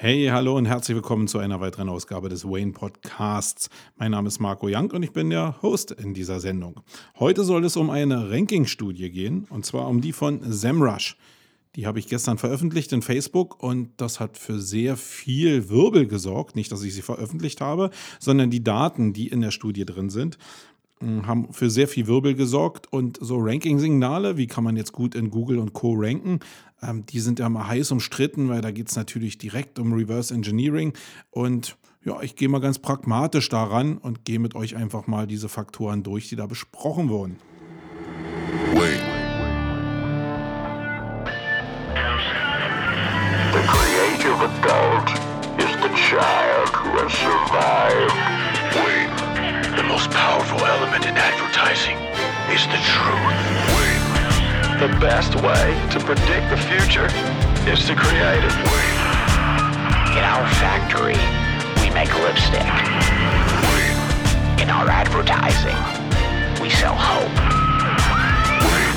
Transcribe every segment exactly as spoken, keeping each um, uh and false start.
Hey, hallo und herzlich willkommen zu einer weiteren Ausgabe des Wayne Podcasts. Mein Name ist Marco Young und ich bin der Host in dieser Sendung. Heute soll es um eine Ranking-Studie gehen, und zwar um die von SEMrush. Die habe ich gestern veröffentlicht in Facebook und das hat für sehr viel Wirbel gesorgt. Nicht, dass ich sie veröffentlicht habe, sondern die Daten, die in der Studie drin sind, mh, haben für sehr viel Wirbel gesorgt. Und so Ranking-Signale, wie kann man jetzt gut in Google und Co. ranken, ähm, die sind ja mal heiß umstritten, weil da geht es natürlich direkt um Reverse Engineering. Und ja, ich gehe mal ganz pragmatisch daran und gehe mit euch einfach mal diese Faktoren durch, die da besprochen wurden. Wait. The creative adult is the child who has survived. Wait. The most powerful element in advertising is the truth. Wait. The best way to predict the future is to create it. Wait. In our factory, we make lipstick. Wait. In our advertising, we sell hope. Wait.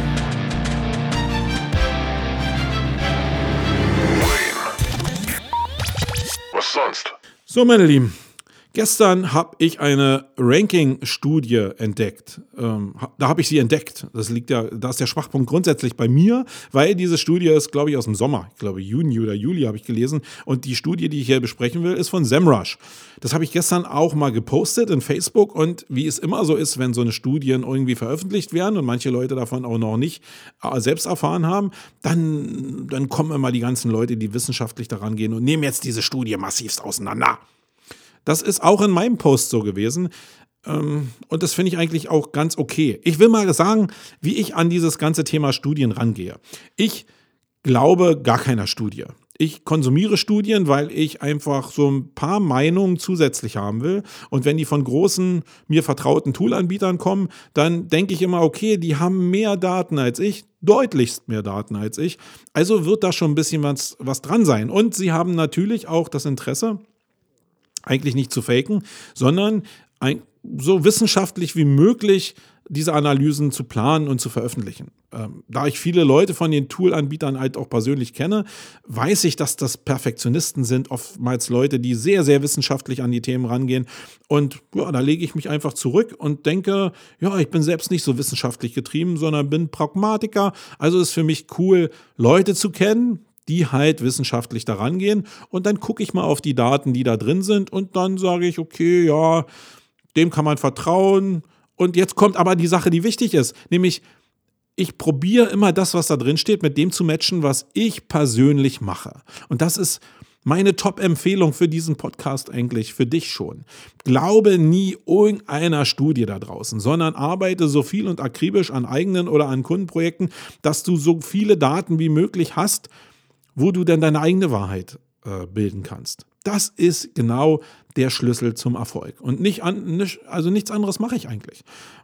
Was sonst? So, meine Lieben, gestern habe ich eine Ranking-Studie entdeckt. Ähm, ha- da habe ich sie entdeckt. Das liegt ja, da ist der Schwachpunkt grundsätzlich bei mir, weil diese Studie ist, glaube ich, aus dem Sommer. Ich glaube, Juni oder Juli habe ich gelesen. Und die Studie, die ich hier besprechen will, ist von SEMrush. Das habe ich gestern auch mal gepostet in Facebook. Und wie es immer so ist, wenn so eine Studien irgendwie veröffentlicht werden und manche Leute davon auch noch nicht äh, selbst erfahren haben, dann, dann kommen immer die ganzen Leute, die wissenschaftlich daran gehen und nehmen jetzt diese Studie massivst auseinander. Das ist auch in meinem Post so gewesen. Ähm, Und das finde ich eigentlich auch ganz okay. Ich will mal sagen, wie ich an dieses ganze Thema Studien rangehe. Ich glaube gar keiner Studie. Ich konsumiere Studien, weil ich einfach so ein paar Meinungen zusätzlich haben will. Und wenn die von großen, mir vertrauten Toolanbietern kommen, dann denke ich immer, okay, die haben mehr Daten als ich, deutlichst mehr Daten als ich. Also wird da schon ein bisschen was, was dran sein. Und sie haben natürlich auch das Interesse, eigentlich nicht zu faken, sondern ein, so wissenschaftlich wie möglich diese Analysen zu planen und zu veröffentlichen. Ähm, da ich viele Leute von den Toolanbietern halt auch persönlich kenne, weiß ich, dass das Perfektionisten sind, oftmals Leute, die sehr, sehr wissenschaftlich an die Themen rangehen. Und ja, da lege ich mich einfach zurück und denke, ja, ich bin selbst nicht so wissenschaftlich getrieben, sondern bin Pragmatiker. Also ist für mich cool, Leute zu kennen, die halt wissenschaftlich daran gehen. Und dann gucke ich mal auf die Daten, die da drin sind. Und dann sage ich, okay, ja, dem kann man vertrauen. Und jetzt kommt aber die Sache, die wichtig ist. Nämlich, ich probiere immer das, was da drin steht, mit dem zu matchen, was ich persönlich mache. Und das ist meine Top-Empfehlung für diesen Podcast eigentlich, für dich schon. Glaube nie irgendeiner Studie da draußen, sondern arbeite so viel und akribisch an eigenen oder an Kundenprojekten, dass du so viele Daten wie möglich hast, wo du dann deine eigene Wahrheit äh, bilden kannst. Das ist genau der Schlüssel zum Erfolg. Und nicht an, nicht, also nichts anderes mache ich eigentlich.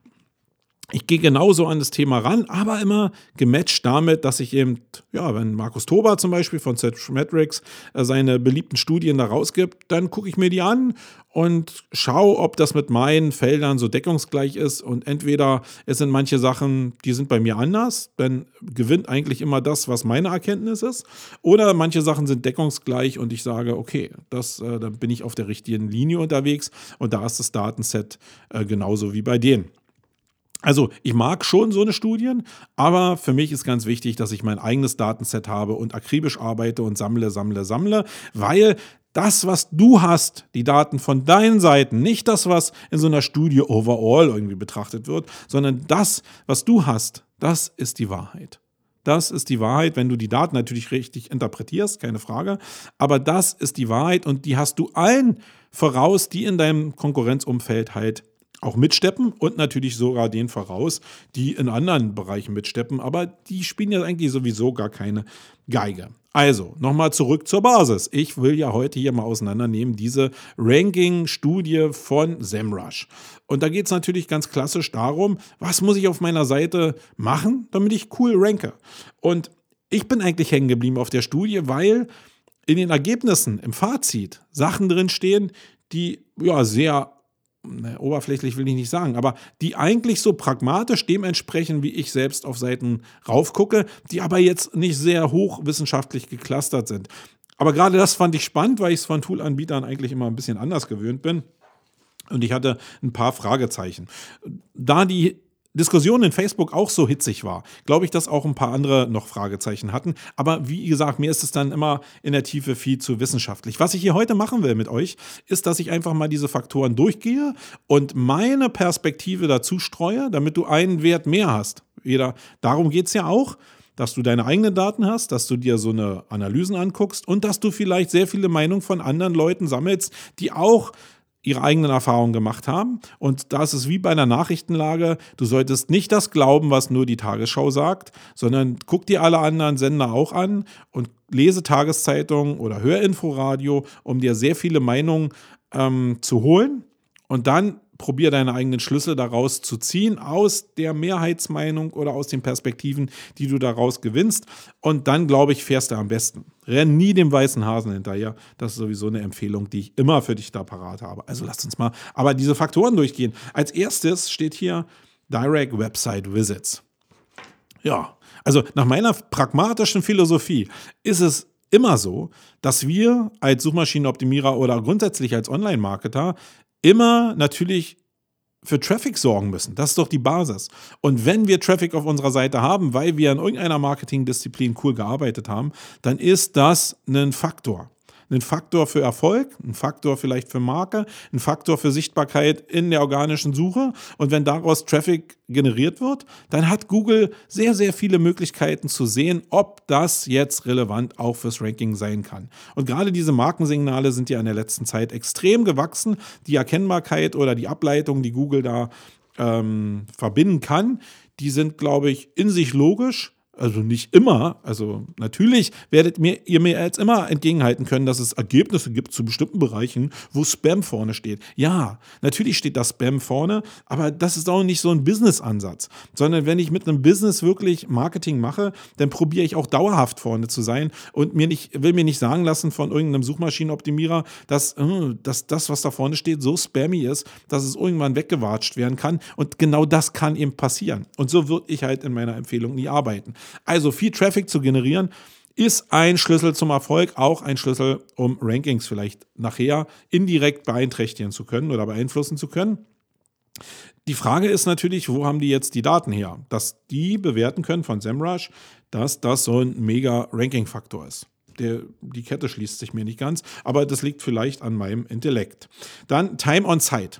Ich gehe genauso an das Thema ran, aber immer gematcht damit, dass ich eben, ja, wenn Markus Tober zum Beispiel von Searchmetrics äh, seine beliebten Studien da rausgibt, dann gucke ich mir die an und schaue, ob das mit meinen Feldern so deckungsgleich ist. Und entweder es sind manche Sachen, die sind bei mir anders, dann gewinnt eigentlich immer das, was meine Erkenntnis ist. Oder manche Sachen sind deckungsgleich und ich sage, okay, das, äh, dann bin ich auf der richtigen Linie unterwegs und da ist das Datenset äh, genauso wie bei denen. Also ich mag schon so eine Studien, aber für mich ist ganz wichtig, dass ich mein eigenes Datenset habe und akribisch arbeite und sammle, sammle, sammle, weil das, was du hast, die Daten von deinen Seiten, nicht das, was in so einer Studie overall irgendwie betrachtet wird, sondern das, was du hast, das ist die Wahrheit. Das ist die Wahrheit, wenn du die Daten natürlich richtig interpretierst, keine Frage, aber das ist die Wahrheit und die hast du allen voraus, die in deinem Konkurrenzumfeld halt auch mitsteppen und natürlich sogar den voraus, die in anderen Bereichen mitsteppen, aber die spielen ja eigentlich sowieso gar keine Geige. Also, nochmal zurück zur Basis. Ich will ja heute hier mal auseinandernehmen, diese Ranking-Studie von SEMrush. Und da geht es natürlich ganz klassisch darum, was muss ich auf meiner Seite machen, damit ich cool ranke. Und ich bin eigentlich hängen geblieben auf der Studie, weil in den Ergebnissen, im Fazit, Sachen drin stehen, die ja sehr ne, oberflächlich will ich nicht sagen, aber die eigentlich so pragmatisch dem entsprechen, wie ich selbst auf Seiten raufgucke, die aber jetzt nicht sehr hochwissenschaftlich geclustert sind. Aber gerade das fand ich spannend, weil ich es von Toolanbietern eigentlich immer ein bisschen anders gewöhnt bin. Und ich hatte ein paar Fragezeichen. Da die Diskussion in Facebook auch so hitzig war, glaube ich, dass auch ein paar andere noch Fragezeichen hatten. Aber wie gesagt, mir ist es dann immer in der Tiefe viel zu wissenschaftlich. Was ich hier heute machen will mit euch, ist, dass ich einfach mal diese Faktoren durchgehe und meine Perspektive dazu streue, damit du einen Wert mehr hast. Jeder, darum geht es ja auch, dass du deine eigenen Daten hast, dass du dir so eine Analysen anguckst und dass du vielleicht sehr viele Meinungen von anderen Leuten sammelst, die auch ihre eigenen Erfahrungen gemacht haben. Und da ist es wie bei einer Nachrichtenlage, du solltest nicht das glauben, was nur die Tagesschau sagt, sondern guck dir alle anderen Sender auch an und lese Tageszeitungen oder hör Inforadio, um dir sehr viele Meinungen ähm, zu holen. Und dann probier deine eigenen Schlüsse daraus zu ziehen, aus der Mehrheitsmeinung oder aus den Perspektiven, die du daraus gewinnst. Und dann, glaube ich, fährst du am besten. Renn nie dem weißen Hasen hinterher. Das ist sowieso eine Empfehlung, die ich immer für dich da parat habe. Also lasst uns mal aber diese Faktoren durchgehen. Als erstes steht hier Direct Website Visits. Ja, also nach meiner pragmatischen Philosophie ist es immer so, dass wir als Suchmaschinenoptimierer oder grundsätzlich als Online-Marketer immer natürlich für Traffic sorgen müssen. Das ist doch die Basis. Und wenn wir Traffic auf unserer Seite haben, weil wir in irgendeiner Marketingdisziplin cool gearbeitet haben, dann ist das ein Faktor. Ein Faktor für Erfolg, ein Faktor vielleicht für Marke, ein Faktor für Sichtbarkeit in der organischen Suche. Und wenn daraus Traffic generiert wird, dann hat Google sehr, sehr viele Möglichkeiten zu sehen, ob das jetzt relevant auch fürs Ranking sein kann. Und gerade diese Markensignale sind ja in der letzten Zeit extrem gewachsen. Die Erkennbarkeit oder die Ableitung, die Google da ähm, verbinden kann, die sind, glaube ich, in sich logisch. Also nicht immer, also natürlich werdet mir, ihr mir jetzt immer entgegenhalten können, dass es Ergebnisse gibt zu bestimmten Bereichen, wo Spam vorne steht. Ja, natürlich steht da Spam vorne, aber das ist auch nicht so ein Business-Ansatz, sondern wenn ich mit einem Business wirklich Marketing mache, dann probiere ich auch dauerhaft vorne zu sein und mir nicht, will mir nicht sagen lassen von irgendeinem Suchmaschinenoptimierer, dass, äh, dass das, was da vorne steht, so spammy ist, dass es irgendwann weggewatscht werden kann und genau das kann eben passieren. Und so würde ich halt in meiner Empfehlung nie arbeiten. Also viel Traffic zu generieren ist ein Schlüssel zum Erfolg, auch ein Schlüssel, um Rankings vielleicht nachher indirekt beeinträchtigen zu können oder beeinflussen zu können. Die Frage ist natürlich, wo haben die jetzt die Daten her? Dass die bewerten können von SEMrush, dass das so ein mega Ranking-Faktor ist. Der, die Kette schließt sich mir nicht ganz, aber das liegt vielleicht an meinem Intellekt. Dann Time on Site.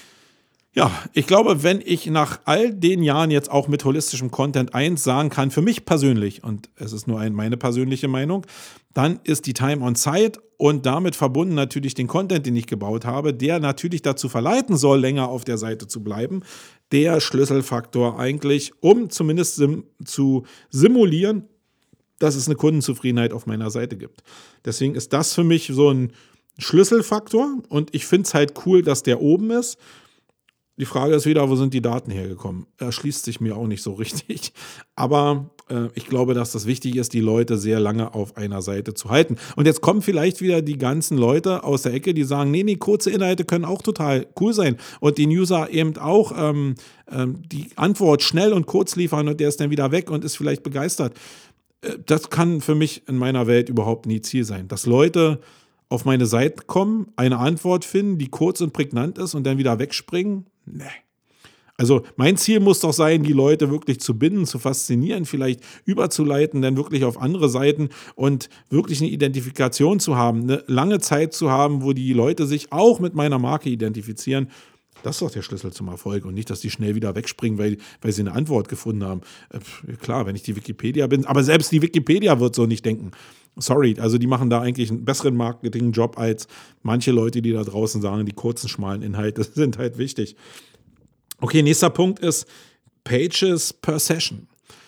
Ja, ich glaube, wenn ich nach all den Jahren jetzt auch mit holistischem Content eins sagen kann, für mich persönlich, und es ist nur ein, meine persönliche Meinung, dann ist die Time on Site und damit verbunden natürlich den Content, den ich gebaut habe, der natürlich dazu verleiten soll, länger auf der Seite zu bleiben, der Schlüsselfaktor eigentlich, um zumindest sim- zu simulieren, dass es eine Kundenzufriedenheit auf meiner Seite gibt. Deswegen ist das für mich so ein Schlüsselfaktor und ich finde es halt cool, dass der oben ist. Die Frage ist wieder, wo sind die Daten hergekommen? Erschließt sich mir auch nicht so richtig. Aber äh, ich glaube, dass das wichtig ist, die Leute sehr lange auf einer Seite zu halten. Und jetzt kommen vielleicht wieder die ganzen Leute aus der Ecke, die sagen, nee, nee, kurze Inhalte können auch total cool sein. Und den User eben auch ähm, ähm, die Antwort schnell und kurz liefern und der ist dann wieder weg und ist vielleicht begeistert. Äh, das kann für mich in meiner Welt überhaupt nie Ziel sein. Dass Leute auf meine Seite kommen, eine Antwort finden, die kurz und prägnant ist und dann wieder wegspringen. Nee. Also mein Ziel muss doch sein, die Leute wirklich zu binden, zu faszinieren, vielleicht überzuleiten, dann wirklich auf andere Seiten und wirklich eine Identifikation zu haben, eine lange Zeit zu haben, wo die Leute sich auch mit meiner Marke identifizieren. Das ist doch der Schlüssel zum Erfolg und nicht, dass die schnell wieder wegspringen, weil, weil sie eine Antwort gefunden haben. Äh, klar, wenn ich die Wikipedia bin, aber selbst die Wikipedia wird so nicht denken. Sorry, also die machen da eigentlich einen besseren Marketing-Job als manche Leute, die da draußen sagen, die kurzen, schmalen Inhalte sind halt wichtig. Okay, nächster Punkt ist Pages per Session.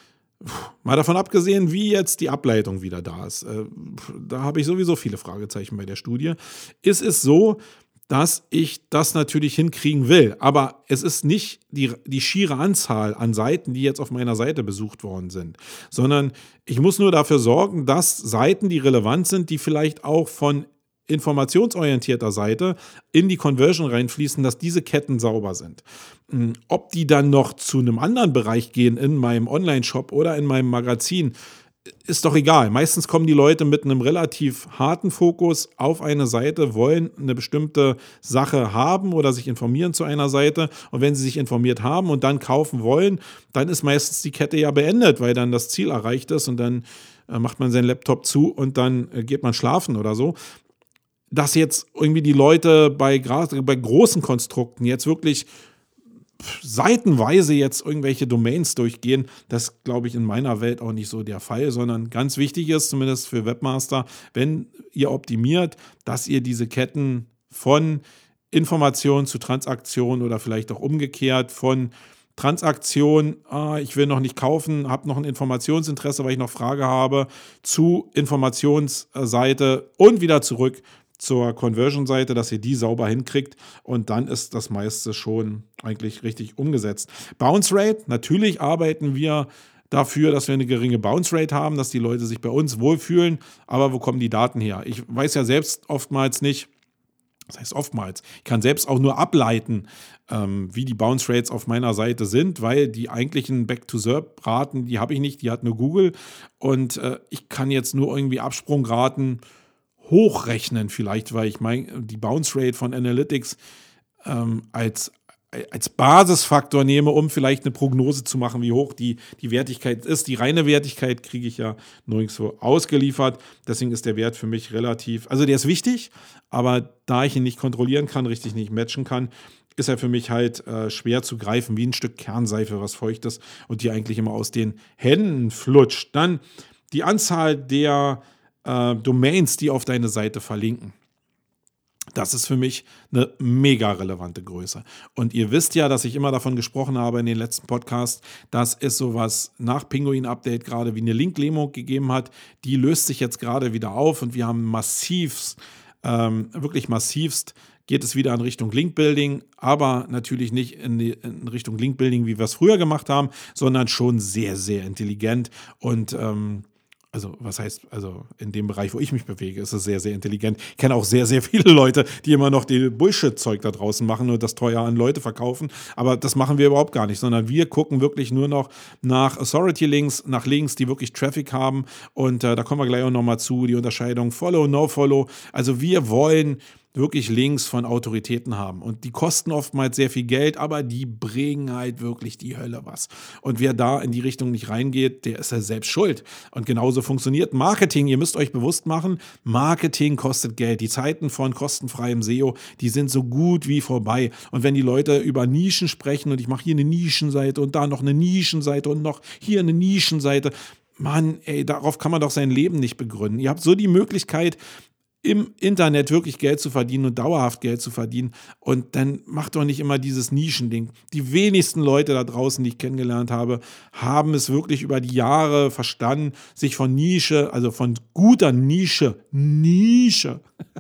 Mal davon abgesehen, wie jetzt die Ableitung wieder da ist. Äh, da habe ich sowieso viele Fragezeichen bei der Studie. Ist es so, dass ich das natürlich hinkriegen will. Aber es ist nicht die, die schiere Anzahl an Seiten, die jetzt auf meiner Seite besucht worden sind, sondern ich muss nur dafür sorgen, dass Seiten, die relevant sind, die vielleicht auch von informationsorientierter Seite in die Conversion reinfließen, dass diese Ketten sauber sind. Ob die dann noch zu einem anderen Bereich gehen in meinem Online-Shop oder in meinem Magazin, ist doch egal. Meistens kommen die Leute mit einem relativ harten Fokus auf eine Seite, wollen eine bestimmte Sache haben oder sich informieren zu einer Seite. Und wenn sie sich informiert haben und dann kaufen wollen, dann ist meistens die Kette ja beendet, weil dann das Ziel erreicht ist und dann äh, macht man seinen Laptop zu und dann äh, geht man schlafen oder so. Dass jetzt irgendwie die Leute bei, bei großen Konstrukten jetzt wirklich seitenweise jetzt irgendwelche Domains durchgehen, das glaube ich in meiner Welt auch nicht so der Fall, sondern ganz wichtig ist, zumindest für Webmaster, wenn ihr optimiert, dass ihr diese Ketten von Information zu Transaktion oder vielleicht auch umgekehrt von Transaktion, ah, ich will noch nicht kaufen, habe noch ein Informationsinteresse, weil ich noch Frage habe, zu Informationsseite und wieder zurück zur Conversion-Seite, dass ihr die sauber hinkriegt und dann ist das meiste schon eigentlich richtig umgesetzt. Bounce Rate, natürlich arbeiten wir dafür, dass wir eine geringe Bounce Rate haben, dass die Leute sich bei uns wohlfühlen, aber wo kommen die Daten her? Ich weiß ja selbst oftmals nicht, das heißt oftmals, ich kann selbst auch nur ableiten, ähm, wie die Bounce Rates auf meiner Seite sind, weil die eigentlichen Back-to-S E R P-Raten, die habe ich nicht, die hat nur Google und äh, ich kann jetzt nur irgendwie Absprungraten hochrechnen vielleicht, weil ich meine, die Bounce Rate von Analytics ähm, als, als Basisfaktor nehme, um vielleicht eine Prognose zu machen, wie hoch die, die Wertigkeit ist. Die reine Wertigkeit kriege ich ja nirgendwo ausgeliefert. Deswegen ist der Wert für mich relativ, also der ist wichtig, aber da ich ihn nicht kontrollieren kann, richtig nicht matchen kann, ist er für mich halt äh, schwer zu greifen, wie ein Stück Kernseife, was feucht ist und die eigentlich immer aus den Händen flutscht. Dann die Anzahl der Äh, Domains, die auf deine Seite verlinken. Das ist für mich eine mega relevante Größe. Und ihr wisst ja, dass ich immer davon gesprochen habe in den letzten Podcasts, dass es sowas nach Pinguin-Update gerade wie eine Link-Lähmung gegeben hat. Die löst sich jetzt gerade wieder auf und wir haben massivst, ähm, wirklich massivst, geht es wieder in Richtung Link-Building, aber natürlich nicht in, die, in Richtung Link-Building, wie wir es früher gemacht haben, sondern schon sehr, sehr intelligent und ähm, Also, was heißt, also in dem Bereich, wo ich mich bewege, ist es sehr, sehr intelligent. Ich kenne auch sehr, sehr viele Leute, die immer noch die Bullshit-Zeug da draußen machen und das teuer an Leute verkaufen. Aber das machen wir überhaupt gar nicht, sondern wir gucken wirklich nur noch nach Authority-Links, nach Links, die wirklich Traffic haben. Und äh, da kommen wir gleich auch nochmal zu, die Unterscheidung Follow, No-Follow. Also wir wollen wirklich Links von Autoritäten haben. Und die kosten oftmals sehr viel Geld, aber die bringen halt wirklich die Hölle was. Und wer da in die Richtung nicht reingeht, der ist ja selbst schuld. Und genauso funktioniert Marketing. Ihr müsst euch bewusst machen, Marketing kostet Geld. Die Zeiten von kostenfreiem S E O, die sind so gut wie vorbei. Und wenn die Leute über Nischen sprechen und ich mache hier eine Nischenseite und da noch eine Nischenseite und noch hier eine Nischenseite, Mann, ey, darauf kann man doch sein Leben nicht begründen. Ihr habt so die Möglichkeit, im Internet wirklich Geld zu verdienen und dauerhaft Geld zu verdienen. Und dann macht doch nicht immer dieses Nischending. Die wenigsten Leute da draußen, die ich kennengelernt habe, haben es wirklich über die Jahre verstanden, sich von Nische, also von guter Nische, Nische,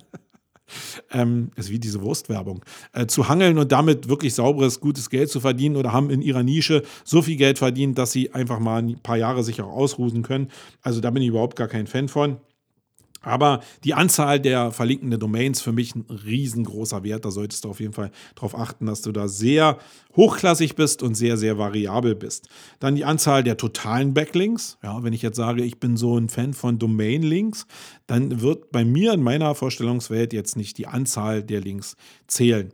ähm, ist wie diese Wurstwerbung, äh, zu hangeln und damit wirklich sauberes, gutes Geld zu verdienen oder haben in ihrer Nische so viel Geld verdient, dass sie einfach mal ein paar Jahre sich auch ausruhen können. Also da bin ich überhaupt gar kein Fan von. Aber die Anzahl der verlinkenden Domains für mich ein riesengroßer Wert. Da solltest du auf jeden Fall darauf achten, dass du da sehr hochklassig bist und sehr, sehr variabel bist. Dann die Anzahl der totalen Backlinks. Ja, wenn ich jetzt sage, ich bin so ein Fan von Domain-Links, dann wird bei mir in meiner Vorstellungswelt jetzt nicht die Anzahl der Links zählen.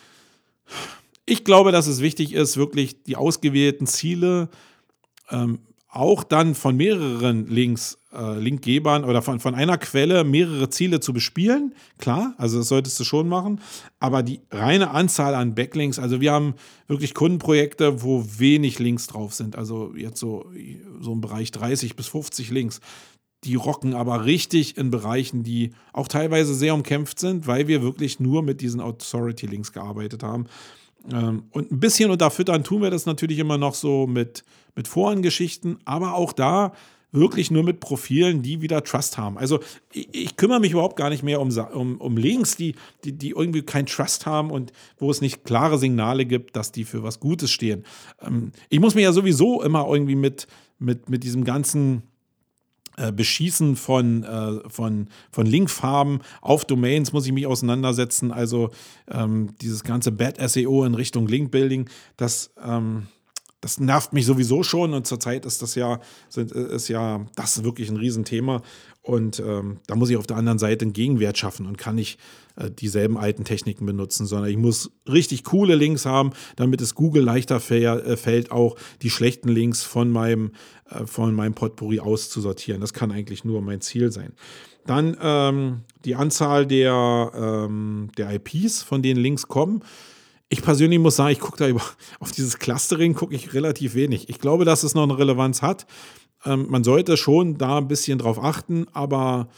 Ich glaube, dass es wichtig ist, wirklich die ausgewählten Ziele ähm, auch dann von mehreren Links, äh, Linkgebern oder von, von einer Quelle mehrere Ziele zu bespielen. Klar, also das solltest du schon machen. Aber die reine Anzahl an Backlinks, also wir haben wirklich Kundenprojekte, wo wenig Links drauf sind. Also jetzt so, so im Bereich dreißig bis fünfzig Links. Die rocken aber richtig in Bereichen, die auch teilweise sehr umkämpft sind, weil wir wirklich nur mit diesen Authority-Links gearbeitet haben. Und ein bisschen unterfüttern tun wir das natürlich immer noch so mit, mit Forengeschichten, aber auch da wirklich nur mit Profilen, die wieder Trust haben. Also ich, ich kümmere mich überhaupt gar nicht mehr um, um, um Links, die, die, die irgendwie keinen Trust haben und wo es nicht klare Signale gibt, dass die für was Gutes stehen. Ich muss mich ja sowieso immer irgendwie mit, mit, mit diesem ganzen Beschießen von, äh, von, von Linkfarben auf Domains muss ich mich auseinandersetzen. Also ähm, dieses ganze Bad S E O in Richtung Linkbuilding, das, ähm, das nervt mich sowieso schon und zurzeit ist das ja, sind, ist ja das wirklich ein Riesenthema und ähm, da muss ich auf der anderen Seite einen Gegenwert schaffen und kann nicht äh, dieselben alten Techniken benutzen, sondern ich muss richtig coole Links haben, damit es Google leichter fäll, äh, fällt, auch die schlechten Links von meinem, äh, von meinem Potpourri auszusortieren. Das kann eigentlich nur mein Ziel sein. Dann ähm, die Anzahl der, ähm, der I Ps, von denen Links kommen. Ich persönlich muss sagen, ich gucke da über, auf dieses Clustering gucke ich relativ wenig. Ich glaube, dass es noch eine Relevanz hat. Ähm, man sollte schon da ein bisschen drauf achten, aber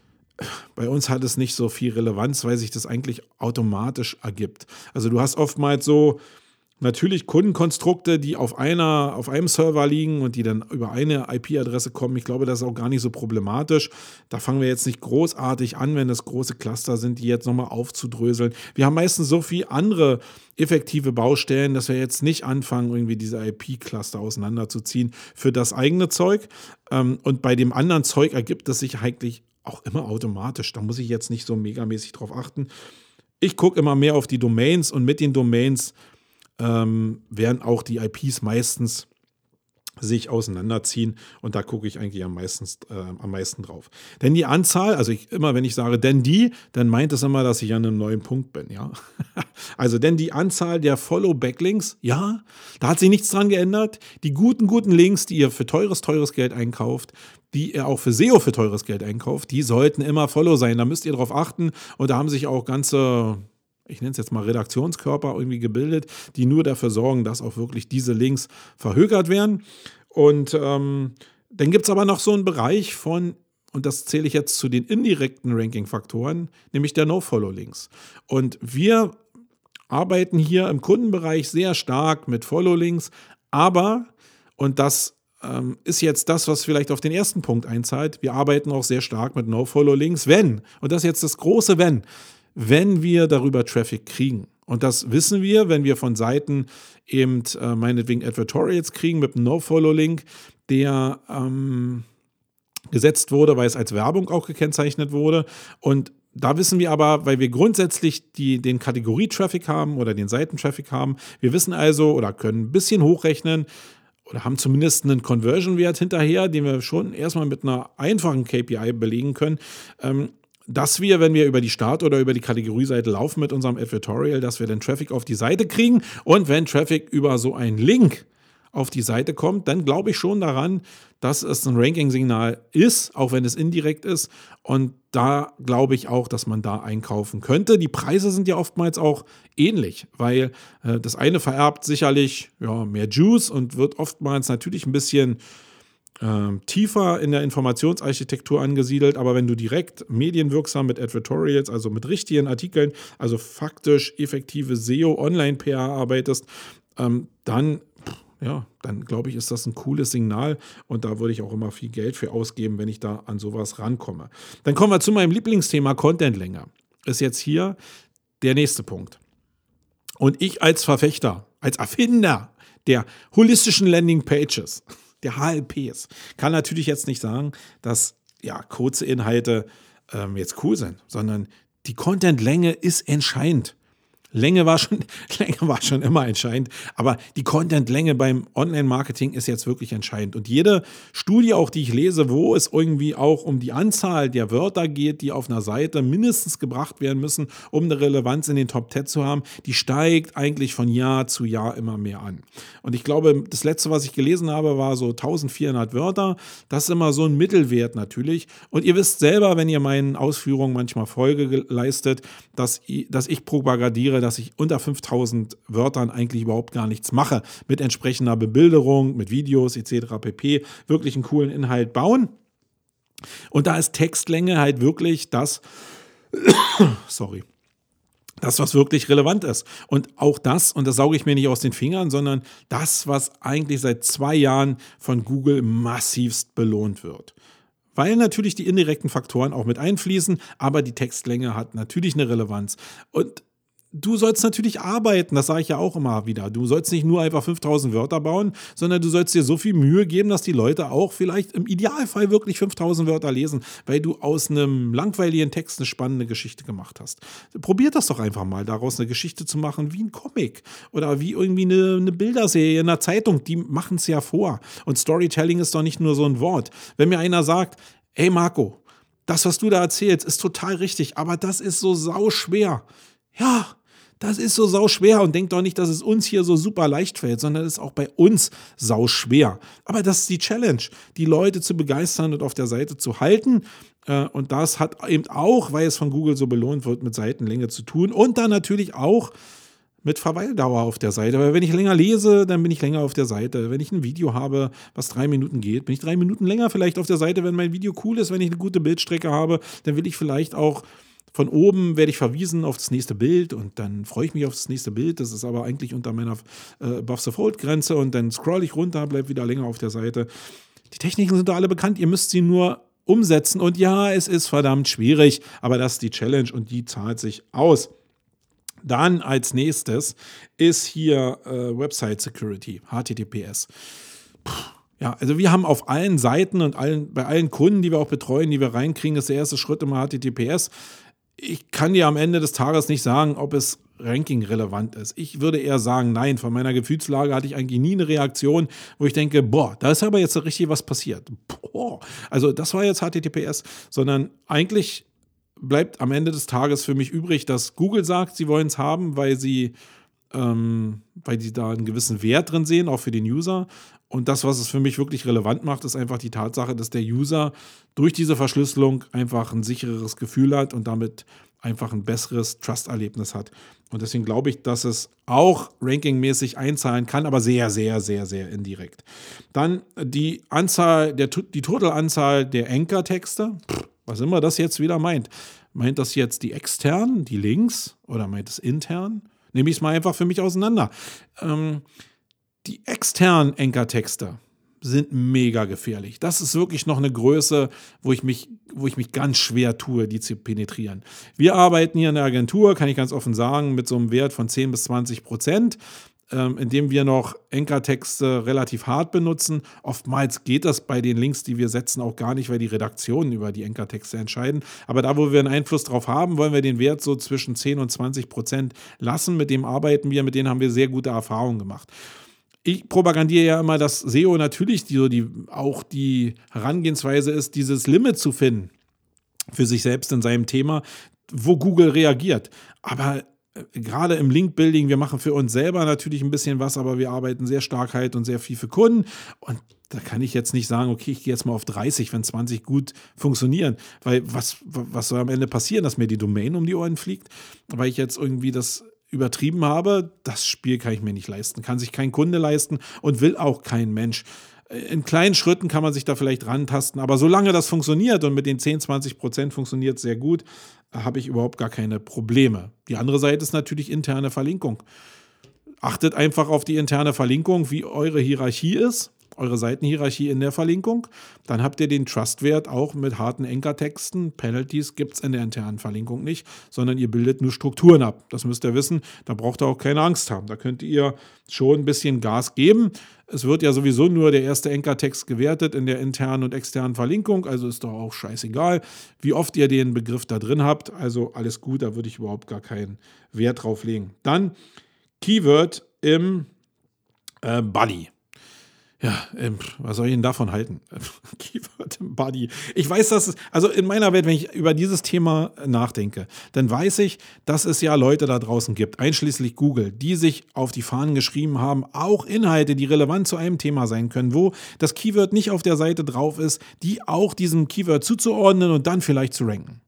bei uns hat es nicht so viel Relevanz, weil sich das eigentlich automatisch ergibt. Also du hast oftmals so natürlich Kundenkonstrukte, die auf einer, auf einem Server liegen und die dann über eine I P-Adresse kommen. Ich glaube, das ist auch gar nicht so problematisch. Da fangen wir jetzt nicht großartig an, wenn es große Cluster sind, die jetzt nochmal aufzudröseln. Wir haben meistens so viele andere effektive Baustellen, dass wir jetzt nicht anfangen, irgendwie diese I P-Cluster auseinanderzuziehen für das eigene Zeug. Und bei dem anderen Zeug ergibt es sich eigentlich auch immer automatisch. Da muss ich jetzt nicht so megamäßig drauf achten. Ich gucke immer mehr auf die Domains und mit den Domains Ähm, werden auch die I Ps meistens sich auseinanderziehen und da gucke ich eigentlich am meisten, äh, am meisten drauf. Denn die Anzahl, also ich, immer wenn ich sage, denn die, dann meint es immer, dass ich an einem neuen Punkt bin, ja. Also denn die Anzahl der Follow-Backlinks, ja, da hat sich nichts dran geändert. Die guten, guten Links, die ihr für teures, teures Geld einkauft, die ihr auch für S E O für teures Geld einkauft, die sollten immer Follow sein. Da müsst ihr drauf achten und da haben sich auch ganze, ich nenne es jetzt mal Redaktionskörper irgendwie gebildet, die nur dafür sorgen, dass auch wirklich diese Links verhökert werden. Und ähm, dann gibt es aber noch so einen Bereich von, und das zähle ich jetzt zu den indirekten Ranking-Faktoren, nämlich der No-Follow-Links. Und wir arbeiten hier im Kundenbereich sehr stark mit Follow-Links, aber, und das ähm, ist jetzt das, was vielleicht auf den ersten Punkt einzahlt, wir arbeiten auch sehr stark mit No-Follow-Links, wenn, und das ist jetzt das große Wenn, wenn wir darüber Traffic kriegen. Und das wissen wir, wenn wir von Seiten eben äh, meinetwegen Advertorials kriegen mit einem No-Follow-Link, der ähm, gesetzt wurde, weil es als Werbung auch gekennzeichnet wurde. Und da wissen wir aber, weil wir grundsätzlich die, den Kategorie-Traffic haben oder den Seitentraffic haben, wir wissen also oder können ein bisschen hochrechnen oder haben zumindest einen Conversion-Wert hinterher, den wir schon erstmal mit einer einfachen K P I belegen können, ähm, dass wir, wenn wir über die Start- oder über die Kategorieseite laufen mit unserem Advertorial, dass wir den Traffic auf die Seite kriegen. Und wenn Traffic über so einen Link auf die Seite kommt, dann glaube ich schon daran, dass es ein Ranking-Signal ist, auch wenn es indirekt ist. Und da glaube ich auch, dass man da einkaufen könnte. Die Preise sind ja oftmals auch ähnlich, weil äh, das eine vererbt sicherlich ja, mehr Juice und wird oftmals natürlich ein bisschen Ähm, tiefer in der Informationsarchitektur angesiedelt, aber wenn du direkt medienwirksam mit Advertorials, also mit richtigen Artikeln, also faktisch effektive S E O, Online-P R arbeitest, ähm, dann, ja, dann glaube ich, ist das ein cooles Signal und da würde ich auch immer viel Geld für ausgeben, wenn ich da an sowas rankomme. Dann kommen wir zu meinem Lieblingsthema Contentlänge. Ist jetzt hier der nächste Punkt. Und ich als Verfechter, als Erfinder der holistischen Landing Pages, der H L Ps, kann natürlich jetzt nicht sagen, dass ja, kurze Inhalte ähm, jetzt cool sind, sondern die Contentlänge ist entscheidend. Länge war schon, Länge war schon immer entscheidend, aber die Contentlänge beim Online-Marketing ist jetzt wirklich entscheidend. Und jede Studie, auch die ich lese, wo es irgendwie auch um die Anzahl der Wörter geht, die auf einer Seite mindestens gebracht werden müssen, um eine Relevanz in den Top zehn zu haben, die steigt eigentlich von Jahr zu Jahr immer mehr an. Und ich glaube, das letzte, was ich gelesen habe, war so eintausendvierhundert Wörter. Das ist immer so ein Mittelwert natürlich. Und ihr wisst selber, wenn ihr meinen Ausführungen manchmal Folge leistet, dass ich, dass ich propagiere, dass ich unter fünftausend Wörtern eigentlich überhaupt gar nichts mache. Mit entsprechender Bebilderung, mit Videos et cetera pp. Wirklich einen coolen Inhalt bauen. Und da ist Textlänge halt wirklich das, sorry, das, was wirklich relevant ist. Und auch das, und das sauge ich mir nicht aus den Fingern, sondern das, was eigentlich seit zwei Jahren von Google massivst belohnt wird. Weil natürlich die indirekten Faktoren auch mit einfließen, aber die Textlänge hat natürlich eine Relevanz. Und du sollst natürlich arbeiten, das sage ich ja auch immer wieder. Du sollst nicht nur einfach fünftausend Wörter bauen, sondern du sollst dir so viel Mühe geben, dass die Leute auch vielleicht im Idealfall wirklich fünftausend Wörter lesen, weil du aus einem langweiligen Text eine spannende Geschichte gemacht hast. Probiert das doch einfach mal, daraus eine Geschichte zu machen wie ein Comic oder wie irgendwie eine, eine Bilderserie in einer Zeitung. Die machen es ja vor. Und Storytelling ist doch nicht nur so ein Wort. Wenn mir einer sagt, hey Marco, das, was du da erzählst, ist total richtig, aber das ist so sauschwer. Ja, das ist so sauschwer und denkt doch nicht, dass es uns hier so super leicht fällt, sondern es ist auch bei uns sauschwer. Aber das ist die Challenge, die Leute zu begeistern und auf der Seite zu halten. Und das hat eben auch, weil es von Google so belohnt wird, mit Seitenlänge zu tun und dann natürlich auch mit Verweildauer auf der Seite. Weil wenn ich länger lese, dann bin ich länger auf der Seite. Wenn ich ein Video habe, was drei Minuten geht, bin ich drei Minuten länger vielleicht auf der Seite, wenn mein Video cool ist, wenn ich eine gute Bildstrecke habe, dann will ich vielleicht auch von oben werde ich verwiesen auf das nächste Bild und dann freue ich mich auf das nächste Bild. Das ist aber eigentlich unter meiner äh, Above-the-Fold-Grenze und dann scroll ich runter, bleib wieder länger auf der Seite. Die Techniken sind da alle bekannt, ihr müsst sie nur umsetzen und ja, es ist verdammt schwierig, aber das ist die Challenge und die zahlt sich aus. Dann als nächstes ist hier äh, Website Security, H T T P S. Puh. Ja, also wir haben auf allen Seiten und allen, bei allen Kunden, die wir auch betreuen, die wir reinkriegen, ist der erste Schritt immer H T T P S. Ich kann dir am Ende des Tages nicht sagen, ob es ranking-relevant ist. Ich würde eher sagen, nein. Von meiner Gefühlslage hatte ich eigentlich nie eine Reaktion, wo ich denke, boah, da ist aber jetzt richtig was passiert. Boah. Also das war jetzt H T T P S, sondern eigentlich bleibt am Ende des Tages für mich übrig, dass Google sagt, sie wollen es haben, weil sie, ähm, weil sie da einen gewissen Wert drin sehen, auch für den User. Und das, was es für mich wirklich relevant macht, ist einfach die Tatsache, dass der User durch diese Verschlüsselung einfach ein sichereres Gefühl hat und damit einfach ein besseres Trust-Erlebnis hat. Und deswegen glaube ich, dass es auch rankingmäßig einzahlen kann, aber sehr, sehr, sehr, sehr indirekt. Dann die Anzahl, der, die Totalanzahl der Anchor-Texte. Was immer das jetzt wieder meint. Meint das jetzt die externen, die Links oder meint es intern? Nehme ich es mal einfach für mich auseinander. Ähm, Die externen Anchor-Texte sind mega gefährlich. Das ist wirklich noch eine Größe, wo ich mich, wo ich mich ganz schwer tue, die zu penetrieren. Wir arbeiten hier in der Agentur, kann ich ganz offen sagen, mit so einem Wert von zehn bis zwanzig Prozent, ähm, indem wir noch Anchor-Texte relativ hart benutzen. Oftmals geht das bei den Links, die wir setzen, auch gar nicht, weil die Redaktionen über die Anchor-Texte entscheiden. Aber da, wo wir einen Einfluss drauf haben, wollen wir den Wert so zwischen zehn und zwanzig Prozent lassen. Mit dem arbeiten wir, mit denen haben wir sehr gute Erfahrungen gemacht. Ich propagandiere ja immer, dass S E O natürlich die, die, auch die Herangehensweise ist, dieses Limit zu finden für sich selbst in seinem Thema, wo Google reagiert. Aber äh, gerade im Link-Building, wir machen für uns selber natürlich ein bisschen was, aber wir arbeiten sehr stark halt und sehr viel für Kunden. Und da kann ich jetzt nicht sagen, okay, ich gehe jetzt mal auf dreißig, wenn zwanzig gut funktionieren. Weil was, was soll am Ende passieren, dass mir die Domain um die Ohren fliegt? Weil ich jetzt irgendwie das übertrieben habe, das Spiel kann ich mir nicht leisten, kann sich kein Kunde leisten und will auch kein Mensch. In kleinen Schritten kann man sich da vielleicht rantasten, aber solange das funktioniert und mit den zehn, zwanzig Prozent funktioniert sehr gut, habe ich überhaupt gar keine Probleme. Die andere Seite ist natürlich interne Verlinkung. Achtet einfach auf die interne Verlinkung, wie eure Hierarchie ist, eure Seitenhierarchie in der Verlinkung. Dann habt ihr den Trustwert auch mit harten Anchor-Texten. Penalties gibt es in der internen Verlinkung nicht, sondern ihr bildet nur Strukturen ab. Das müsst ihr wissen, da braucht ihr auch keine Angst haben. Da könnt ihr schon ein bisschen Gas geben. Es wird ja sowieso nur der erste Anchor-Text gewertet in der internen und externen Verlinkung, also ist doch auch scheißegal, wie oft ihr den Begriff da drin habt. Also alles gut, da würde ich überhaupt gar keinen Wert drauf legen. Dann Keyword im äh, Body. Ja, ähm, was soll ich denn davon halten? Keyword im Body. Ich weiß, dass es, also in meiner Welt, wenn ich über dieses Thema nachdenke, dann weiß ich, dass es ja Leute da draußen gibt, einschließlich Google, die sich auf die Fahnen geschrieben haben, auch Inhalte, die relevant zu einem Thema sein können, wo das Keyword nicht auf der Seite drauf ist, die auch diesem Keyword zuzuordnen und dann vielleicht zu ranken.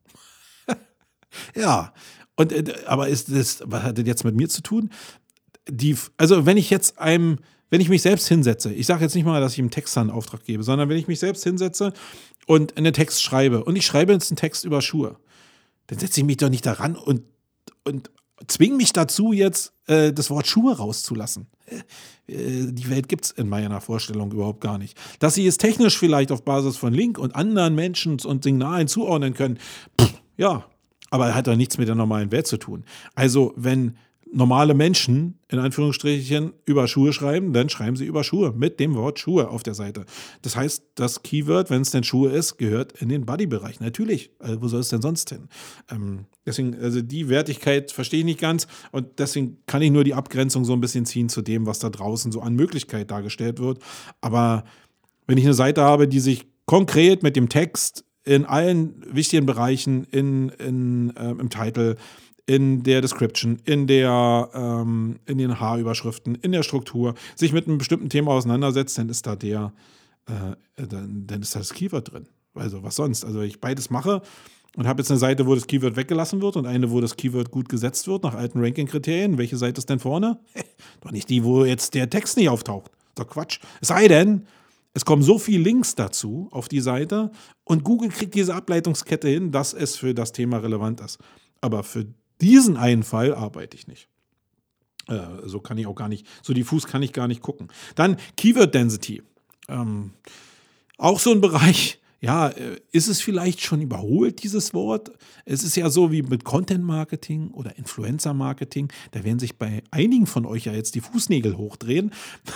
Ja, und, äh, aber ist das, was hat das jetzt mit mir zu tun? Die, also wenn ich jetzt einem Wenn ich mich selbst hinsetze, ich sage jetzt nicht mal, dass ich einem Texter einen Auftrag gebe, sondern wenn ich mich selbst hinsetze und einen Text schreibe und ich schreibe jetzt einen Text über Schuhe, dann setze ich mich doch nicht daran und, und zwinge mich dazu, jetzt äh, das Wort Schuhe rauszulassen. Äh, die Welt gibt es in meiner Vorstellung überhaupt gar nicht. Dass sie es technisch vielleicht auf Basis von Link und anderen Menschen und Signalen zuordnen können, pff, ja, aber er hat doch nichts mit der normalen Welt zu tun. Also wenn normale Menschen, in Anführungsstrichen, über Schuhe schreiben, dann schreiben sie über Schuhe mit dem Wort Schuhe auf der Seite. Das heißt, das Keyword, wenn es denn Schuhe ist, gehört in den Body-Bereich. Natürlich, also wo soll es denn sonst hin? Ähm, deswegen, also die Wertigkeit verstehe ich nicht ganz und deswegen kann ich nur die Abgrenzung so ein bisschen ziehen zu dem, was da draußen so an Möglichkeit dargestellt wird. Aber wenn ich eine Seite habe, die sich konkret mit dem Text in allen wichtigen Bereichen, in, in, äh, im Titel, in der Description, in der, ähm, in den Haarüberschriften, in der Struktur, sich mit einem bestimmten Thema auseinandersetzt, dann ist da der, äh, dann, dann ist da das Keyword drin. Also was sonst? Also ich beides mache und habe jetzt eine Seite, wo das Keyword weggelassen wird und eine, wo das Keyword gut gesetzt wird nach alten Ranking-Kriterien. Welche Seite ist denn vorne? Doch nicht die, wo jetzt der Text nicht auftaucht. Doch Quatsch. Es sei denn, es kommen so viele Links dazu auf die Seite und Google kriegt diese Ableitungskette hin, dass es für das Thema relevant ist. Aber für diesen einen Fall arbeite ich nicht. Äh, so kann ich auch gar nicht, so diffus kann ich gar nicht gucken. Dann Keyword Density. Ähm, auch so ein Bereich, ja, äh, ist es vielleicht schon überholt, dieses Wort? Es ist ja so wie mit Content Marketing oder Influencer Marketing. Da werden sich bei einigen von euch ja jetzt die Fußnägel hochdrehen.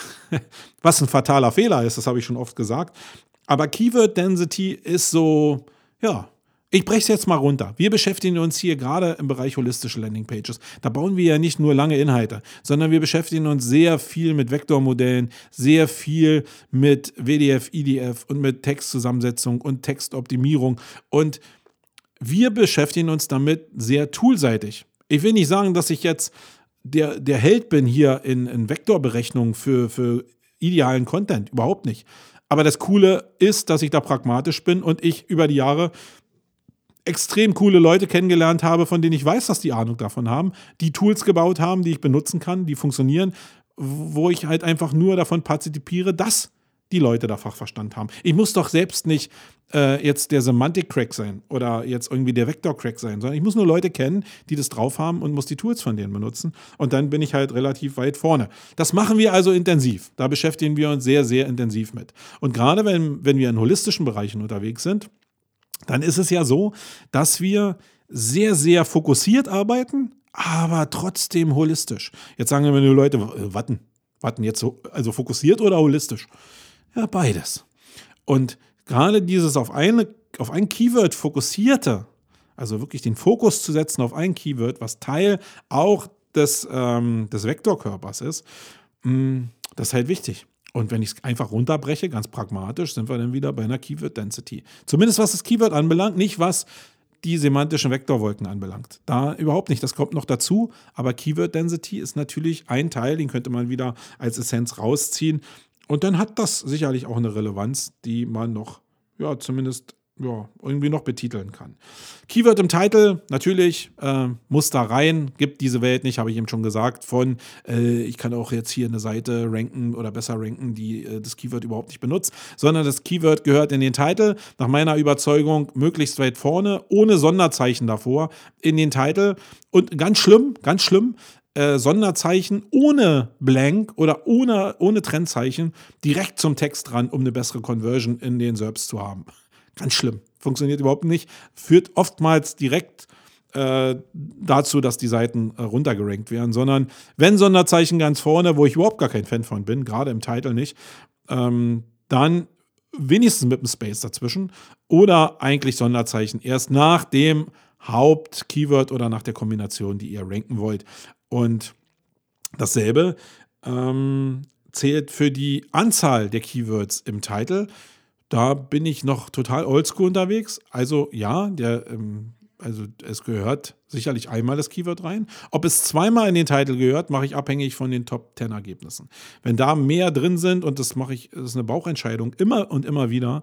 Was ein fataler Fehler ist, das habe ich schon oft gesagt. Aber Keyword Density ist so, ja, ich breche es jetzt mal runter. Wir beschäftigen uns hier gerade im Bereich holistische Landingpages. Da bauen wir ja nicht nur lange Inhalte, sondern wir beschäftigen uns sehr viel mit Vektormodellen, sehr viel mit W D F, I D F und mit Textzusammensetzung und Textoptimierung. Und wir beschäftigen uns damit sehr toolseitig. Ich will nicht sagen, dass ich jetzt der, der Held bin hier in, in Vektorberechnung für, für idealen Content. Überhaupt nicht. Aber das Coole ist, dass ich da pragmatisch bin und ich über die Jahre extrem coole Leute kennengelernt habe, von denen ich weiß, dass die Ahnung davon haben, die Tools gebaut haben, die ich benutzen kann, die funktionieren, wo ich halt einfach nur davon partizipiere, dass die Leute da Fachverstand haben. Ich muss doch selbst nicht äh, jetzt der Semantic-Crack sein oder jetzt irgendwie der Vektor-Crack sein, sondern ich muss nur Leute kennen, die das drauf haben und muss die Tools von denen benutzen und dann bin ich halt relativ weit vorne. Das machen wir also intensiv. Da beschäftigen wir uns sehr, sehr intensiv mit. Und gerade wenn, wenn wir in holistischen Bereichen unterwegs sind, dann ist es ja so, dass wir sehr, sehr fokussiert arbeiten, aber trotzdem holistisch. Jetzt sagen immer nur Leute, warten, warten jetzt so, also fokussiert oder holistisch? Ja, beides. Und gerade dieses auf, eine, auf ein Keyword fokussierte, also wirklich den Fokus zu setzen auf ein Keyword, was Teil auch des, ähm, des Vektorkörpers ist, mh, das ist halt wichtig. Und wenn ich es einfach runterbreche, ganz pragmatisch, sind wir dann wieder bei einer Keyword Density. Zumindest was das Keyword anbelangt, nicht was die semantischen Vektorwolken anbelangt. Da überhaupt nicht, das kommt noch dazu. Aber Keyword Density ist natürlich ein Teil, den könnte man wieder als Essenz rausziehen. Und dann hat das sicherlich auch eine Relevanz, die man noch, ja, zumindest ja, irgendwie noch betiteln kann. Keyword im Titel, natürlich, äh, muss da rein, gibt diese Welt nicht, habe ich eben schon gesagt, von äh, ich kann auch jetzt hier eine Seite ranken oder besser ranken, die äh, das Keyword überhaupt nicht benutzt, sondern das Keyword gehört in den Titel, nach meiner Überzeugung möglichst weit vorne, ohne Sonderzeichen davor, in den Titel und ganz schlimm, ganz schlimm, Äh, Sonderzeichen ohne Blank oder ohne, ohne Trennzeichen direkt zum Text ran, um eine bessere Conversion in den S E R Ps zu haben. Ganz schlimm. Funktioniert überhaupt nicht. Führt oftmals direkt äh, dazu, dass die Seiten äh, runtergerankt werden, sondern wenn Sonderzeichen ganz vorne, wo ich überhaupt gar kein Fan von bin, gerade im Titel nicht, ähm, dann wenigstens mit einem Space dazwischen oder eigentlich Sonderzeichen erst nach dem Haupt-Keyword oder nach der Kombination, die ihr ranken wollt. Und dasselbe ähm, zählt für die Anzahl der Keywords im Titel. Da bin ich noch total oldschool unterwegs. Also ja, der, ähm, also es gehört sicherlich einmal das Keyword rein. Ob es zweimal in den Titel gehört, mache ich abhängig von den Top zehn Ergebnissen. Wenn da mehr drin sind, und das mache ich, das ist eine Bauchentscheidung, immer und immer wieder.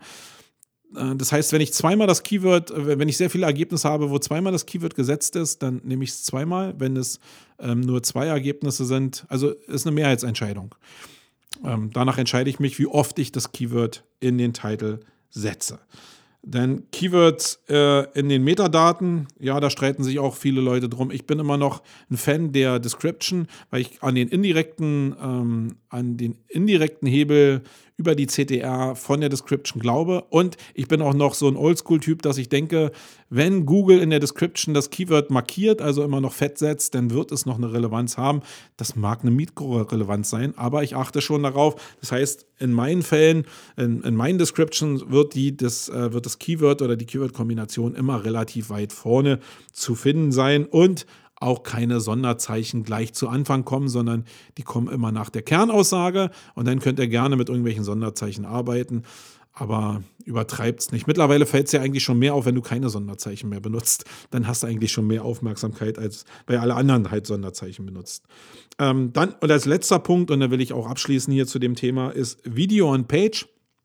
Das heißt, wenn ich zweimal das Keyword, wenn ich sehr viele Ergebnisse habe, wo zweimal das Keyword gesetzt ist, dann nehme ich es zweimal. Wenn es ähm, nur zwei Ergebnisse sind, also ist eine Mehrheitsentscheidung. Ähm, danach entscheide ich mich, wie oft ich das Keyword in den Titel setze. Denn Keywords äh, in den Metadaten, ja, da streiten sich auch viele Leute drum. Ich bin immer noch ein Fan der Description, weil ich an den indirekten, ähm, an den indirekten Hebel über die C T R von der Description glaube. Und ich bin auch noch so ein Oldschool-Typ, dass ich denke, wenn Google in der Description das Keyword markiert, also immer noch fett setzt, dann wird es noch eine Relevanz haben. Das mag eine Mikrorelevanz sein, aber ich achte schon darauf. Das heißt, in meinen Fällen, in, in meinen Descriptions wird, die, das, äh, wird das Keyword oder die Keyword-Kombination immer relativ weit vorne zu finden sein und auch keine Sonderzeichen gleich zu Anfang kommen, sondern die kommen immer nach der Kernaussage und dann könnt ihr gerne mit irgendwelchen Sonderzeichen arbeiten, aber übertreibt es nicht. Mittlerweile fällt es ja eigentlich schon mehr auf, wenn du keine Sonderzeichen mehr benutzt. Dann hast du eigentlich schon mehr Aufmerksamkeit, als bei alle anderen halt Sonderzeichen benutzt. Ähm, dann, und als letzter Punkt, und da will ich auch abschließen hier zu dem Thema, ist Video on Page.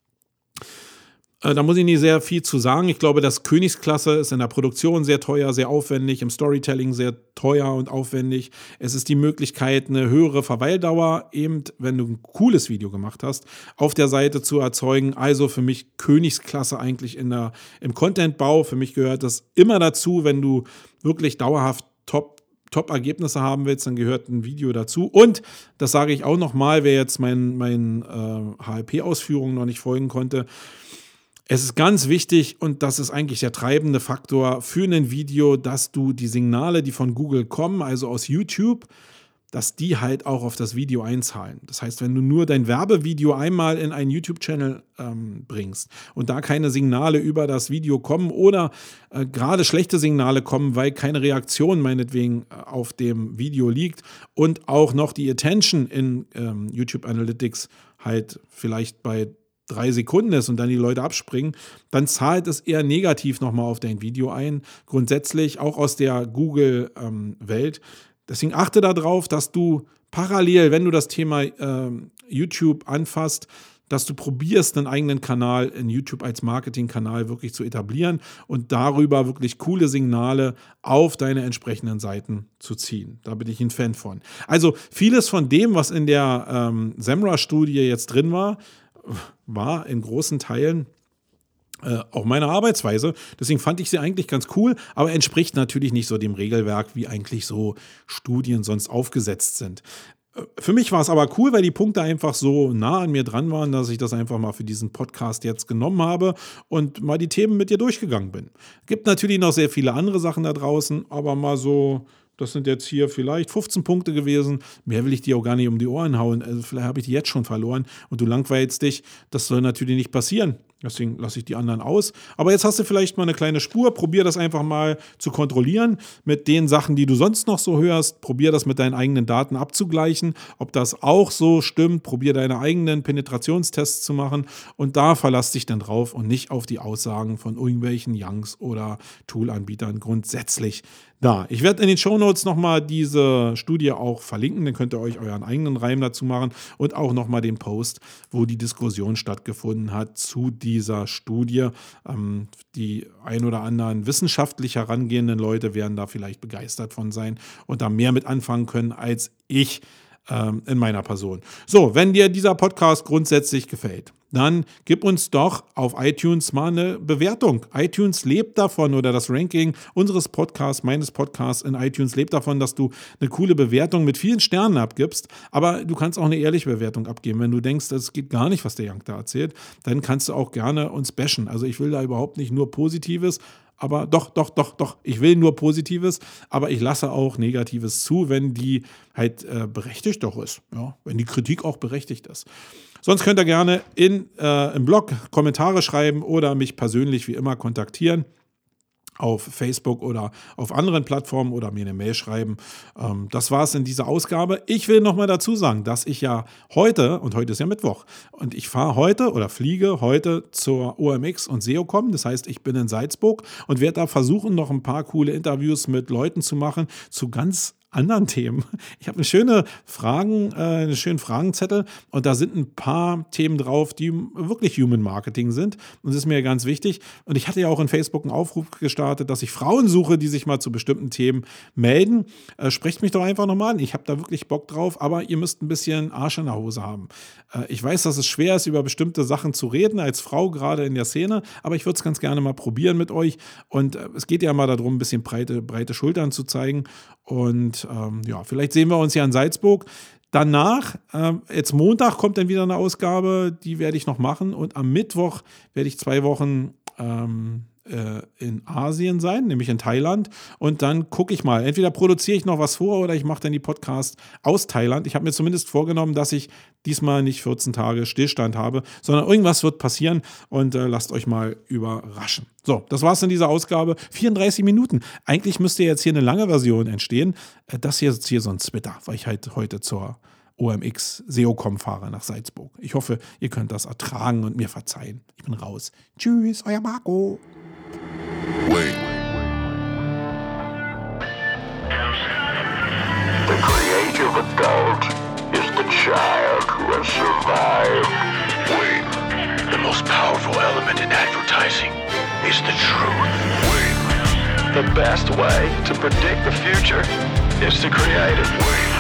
Da muss ich nicht sehr viel zu sagen. Ich glaube, das Königsklasse ist in der Produktion sehr teuer, sehr aufwendig, im Storytelling sehr teuer und aufwendig. Es ist die Möglichkeit, eine höhere Verweildauer, eben wenn du ein cooles Video gemacht hast, auf der Seite zu erzeugen. Also für mich Königsklasse eigentlich in der, im Contentbau. Für mich gehört das immer dazu, wenn du wirklich dauerhaft top Top-Ergebnisse haben willst, dann gehört ein Video dazu. Und, das sage ich auch nochmal, wer jetzt meinen mein, äh, H L P-Ausführungen noch nicht folgen konnte, es ist ganz wichtig und das ist eigentlich der treibende Faktor für ein Video, dass du die Signale, die von Google kommen, also aus YouTube, dass die halt auch auf das Video einzahlen. Das heißt, wenn du nur dein Werbevideo einmal in einen YouTube-Channel ähm, bringst und da keine Signale über das Video kommen oder äh, gerade schlechte Signale kommen, weil keine Reaktion meinetwegen äh, auf dem Video liegt und auch noch die Attention in ähm, YouTube Analytics halt vielleicht bei drei Sekunden ist und dann die Leute abspringen, dann zahlt es eher negativ nochmal auf dein Video ein. Grundsätzlich auch aus der Google-Welt. Ähm, Deswegen achte darauf, dass du parallel, wenn du das Thema ähm, YouTube anfasst, dass du probierst, einen eigenen Kanal in YouTube als Marketingkanal wirklich zu etablieren und darüber wirklich coole Signale auf deine entsprechenden Seiten zu ziehen. Da bin ich ein Fan von. Also vieles von dem, was in der ähm, Semrush-Studie jetzt drin war, war in großen Teilen äh, auch meine Arbeitsweise. Deswegen fand ich sie eigentlich ganz cool, aber entspricht natürlich nicht so dem Regelwerk, wie eigentlich so Studien sonst aufgesetzt sind. Für mich war es aber cool, weil die Punkte einfach so nah an mir dran waren, dass ich das einfach mal für diesen Podcast jetzt genommen habe und mal die Themen mit dir durchgegangen bin. Gibt natürlich noch sehr viele andere Sachen da draußen, aber mal so, das sind jetzt hier vielleicht fünfzehn Punkte gewesen. Mehr will ich dir auch gar nicht um die Ohren hauen. Also vielleicht habe ich die jetzt schon verloren und du langweilst dich. Das soll natürlich nicht passieren. Deswegen lasse ich die anderen aus. Aber jetzt hast du vielleicht mal eine kleine Spur. Probier das einfach mal zu kontrollieren mit den Sachen, die du sonst noch so hörst. Probier das mit deinen eigenen Daten abzugleichen, ob das auch so stimmt. Probier deine eigenen Penetrationstests zu machen und da verlass dich dann drauf und nicht auf die Aussagen von irgendwelchen Youngs oder Toolanbietern grundsätzlich da. Ich werde in den Shownotes nochmal diese Studie auch verlinken, dann könnt ihr euch euren eigenen Reim dazu machen und auch nochmal den Post, wo die Diskussion stattgefunden hat zu dieser Studie. Ähm, die ein oder anderen wissenschaftlich herangehenden Leute werden da vielleicht begeistert von sein und da mehr mit anfangen können als ich ähm, in meiner Person. So, wenn dir dieser Podcast grundsätzlich gefällt, dann gib uns doch auf iTunes mal eine Bewertung. iTunes lebt davon oder das Ranking unseres Podcasts, meines Podcasts in iTunes lebt davon, dass du eine coole Bewertung mit vielen Sternen abgibst, aber du kannst auch eine ehrliche Bewertung abgeben. Wenn du denkst, es geht gar nicht, was der Young da erzählt, dann kannst du auch gerne uns bashen. Also ich will da überhaupt nicht nur Positives, aber doch, doch, doch, doch, ich will nur Positives, aber ich lasse auch Negatives zu, wenn die halt äh, berechtigt doch ist, ja, wenn die Kritik auch berechtigt ist. Sonst könnt ihr gerne in, äh, im Blog Kommentare schreiben oder mich persönlich wie immer kontaktieren auf Facebook oder auf anderen Plattformen oder mir eine Mail schreiben. Ähm, das war es in dieser Ausgabe. Ich will nochmal dazu sagen, dass ich ja heute, und heute ist ja Mittwoch, und ich fahre heute oder fliege heute zur O M X und SEOCom. Das heißt, ich bin in Salzburg und werde da versuchen, noch ein paar coole Interviews mit Leuten zu machen zu ganz anderen Themen. Ich habe eine schöne Fragen, äh, einen schönen Fragenzettel und da sind ein paar Themen drauf, die wirklich Human Marketing sind und das ist mir ganz wichtig. Und ich hatte ja auch in Facebook einen Aufruf gestartet, dass ich Frauen suche, die sich mal zu bestimmten Themen melden. Äh, sprecht mich doch einfach nochmal an. Ich habe da wirklich Bock drauf, aber ihr müsst ein bisschen Arsch in der Hose haben. Äh, ich weiß, dass es schwer ist, über bestimmte Sachen zu reden, als Frau gerade in der Szene, aber ich würde es ganz gerne mal probieren mit euch und äh, es geht ja mal darum, ein bisschen breite, breite Schultern zu zeigen und ähm, ja, vielleicht sehen wir uns ja in Salzburg. danach, äh, jetzt Montag kommt dann wieder eine Ausgabe, die werde ich noch machen. Und am Mittwoch werde ich zwei Wochen ähm, äh, in Asien sein, nämlich in Thailand. Und dann gucke ich mal, entweder produziere ich noch was vor oder ich mache dann die Podcasts aus Thailand. Ich habe mir zumindest vorgenommen, dass ich diesmal nicht vierzehn Tage Stillstand habe, sondern irgendwas wird passieren und äh, lasst euch mal überraschen. So, das war's in dieser Ausgabe. vierunddreißig Minuten. Eigentlich müsste jetzt hier eine lange Version entstehen. Äh, das hier ist hier so ein Splitter, weil ich halt heute zur O M X SEOCom fahre nach Salzburg. Ich hoffe, ihr könnt das ertragen und mir verzeihen. Ich bin raus. Tschüss, euer Marco. Wait. The creative adult is the child who has survived. Wait. The most powerful element in advertising is the truth. Wait. The best way to predict the future is to create it. Wait.